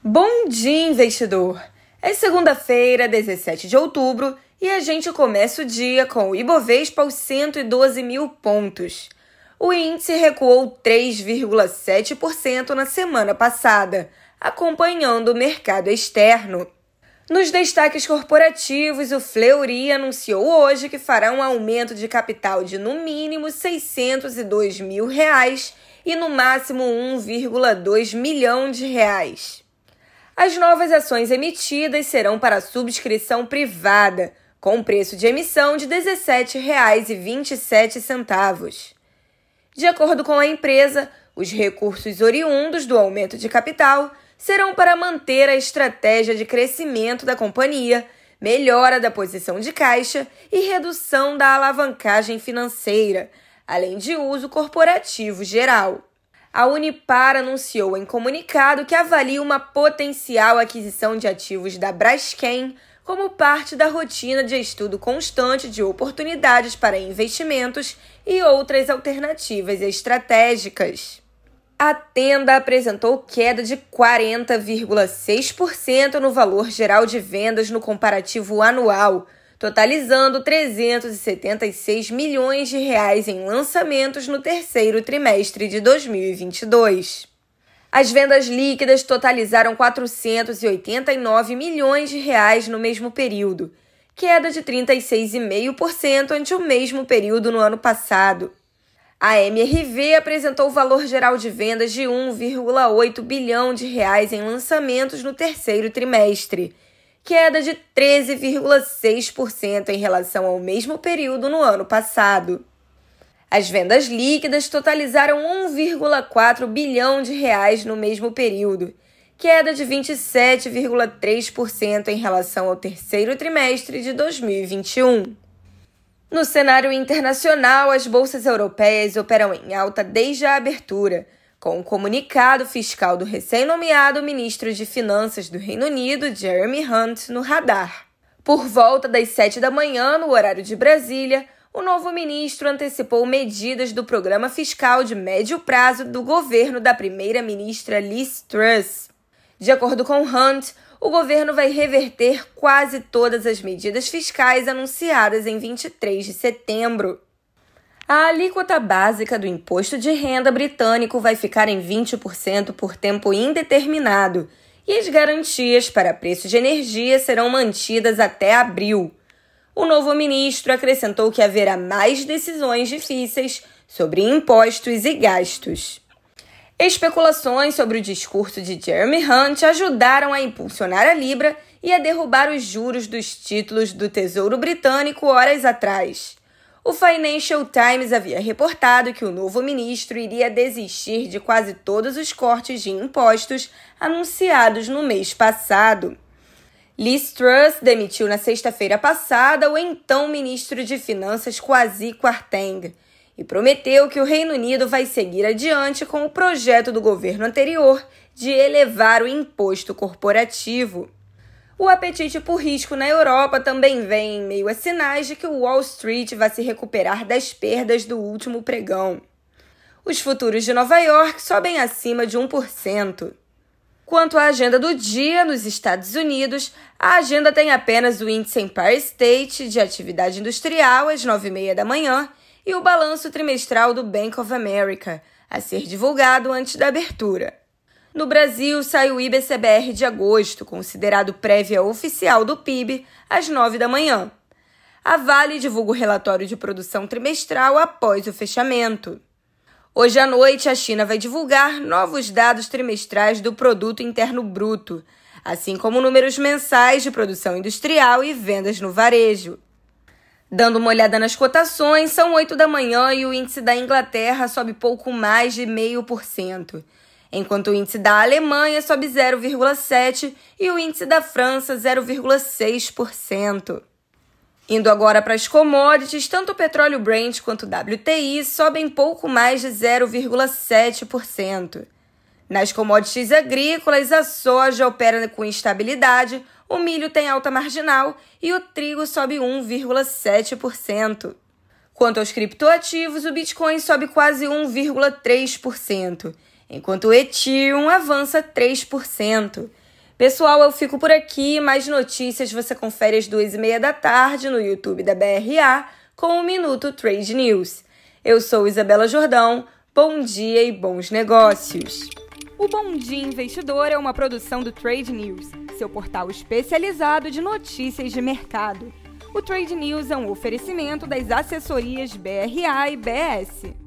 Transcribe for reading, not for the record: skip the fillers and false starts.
Bom dia, investidor! É segunda-feira, 17 de outubro, e a gente começa o dia com o Ibovespa aos 112 mil pontos. O índice recuou 3,7% na semana passada, acompanhando o mercado externo. Nos destaques corporativos, o Fleury anunciou hoje que fará um aumento de capital de no mínimo R$ 602 mil e no máximo 1,2 milhão de reais. As novas ações emitidas serão para subscrição privada, com preço de emissão de R$ 17,27. De acordo com a empresa, os recursos oriundos do aumento de capital serão para manter a estratégia de crescimento da companhia, melhora da posição de caixa e redução da alavancagem financeira, além de uso corporativo geral. A Unipar anunciou em comunicado que avalia uma potencial aquisição de ativos da Braskem como parte da rotina de estudo constante de oportunidades para investimentos e outras alternativas estratégicas. A Tenda apresentou queda de 40,6% no valor geral de vendas no comparativo anual, totalizando R$ 376 milhões em lançamentos no terceiro trimestre de 2022. As vendas líquidas totalizaram R$ 489 milhões no mesmo período, queda de 36,5% ante o mesmo período no ano passado. A MRV apresentou o valor geral de vendas de R$ 1,8 bilhão em lançamentos no terceiro trimestre, queda de 13,6% em relação ao mesmo período no ano passado. As vendas líquidas totalizaram R$ 1,4 bilhão no mesmo período, queda de 27,3% em relação ao terceiro trimestre de 2021. No cenário internacional, as bolsas europeias operam em alta desde a abertura, com o comunicado fiscal do recém-nomeado ministro de Finanças do Reino Unido, Jeremy Hunt, no radar. Por volta das 7 da manhã, no horário de Brasília, o novo ministro antecipou medidas do programa fiscal de médio prazo do governo da primeira-ministra Liz Truss. De acordo com Hunt, o governo vai reverter quase todas as medidas fiscais anunciadas em 23 de setembro. A alíquota básica do imposto de renda britânico vai ficar em 20% por tempo indeterminado e as garantias para preço de energia serão mantidas até abril. O novo ministro acrescentou que haverá mais decisões difíceis sobre impostos e gastos. Especulações sobre o discurso de Jeremy Hunt ajudaram a impulsionar a Libra e a derrubar os juros dos títulos do Tesouro Britânico horas atrás. O Financial Times havia reportado que o novo ministro iria desistir de quase todos os cortes de impostos anunciados no mês passado. Liz Truss demitiu na sexta-feira passada o então ministro de Finanças Kwasi Kwarteng e prometeu que o Reino Unido vai seguir adiante com o projeto do governo anterior de elevar o imposto corporativo. O apetite por risco na Europa também vem em meio a sinais de que o Wall Street vai se recuperar das perdas do último pregão. Os futuros de Nova York sobem acima de 1%. Quanto à agenda do dia nos Estados Unidos, a agenda tem apenas o índice Empire State de atividade industrial às 9h30 da manhã e o balanço trimestral do Bank of America, a ser divulgado antes da abertura. No Brasil, sai o IBCBR de agosto, considerado prévia oficial do PIB, às 9 da manhã. A Vale divulga o relatório de produção trimestral após o fechamento. Hoje à noite, a China vai divulgar novos dados trimestrais do Produto Interno Bruto, assim como números mensais de produção industrial e vendas no varejo. Dando uma olhada nas cotações, são 8 da manhã e o índice da Inglaterra sobe pouco mais de 0,5%. Enquanto o índice da Alemanha sobe 0,7% e o índice da França 0,6%. Indo agora para as commodities, tanto o petróleo Brent quanto o WTI sobem pouco mais de 0,7%. Nas commodities agrícolas, a soja opera com instabilidade, o milho tem alta marginal e o trigo sobe 1,7%. Quanto aos criptoativos, o Bitcoin sobe quase 1,3%. Enquanto o Ethereum avança 3%. Pessoal, eu fico por aqui. Mais notícias você confere às 2h30 da tarde no YouTube da BRA com o Minuto Trade News. Eu sou Isabela Jordão. Bom dia e bons negócios. O Bom Dia Investidor é uma produção do Trade News, seu portal especializado de notícias de mercado. O Trade News é um oferecimento das assessorias BRA e BS.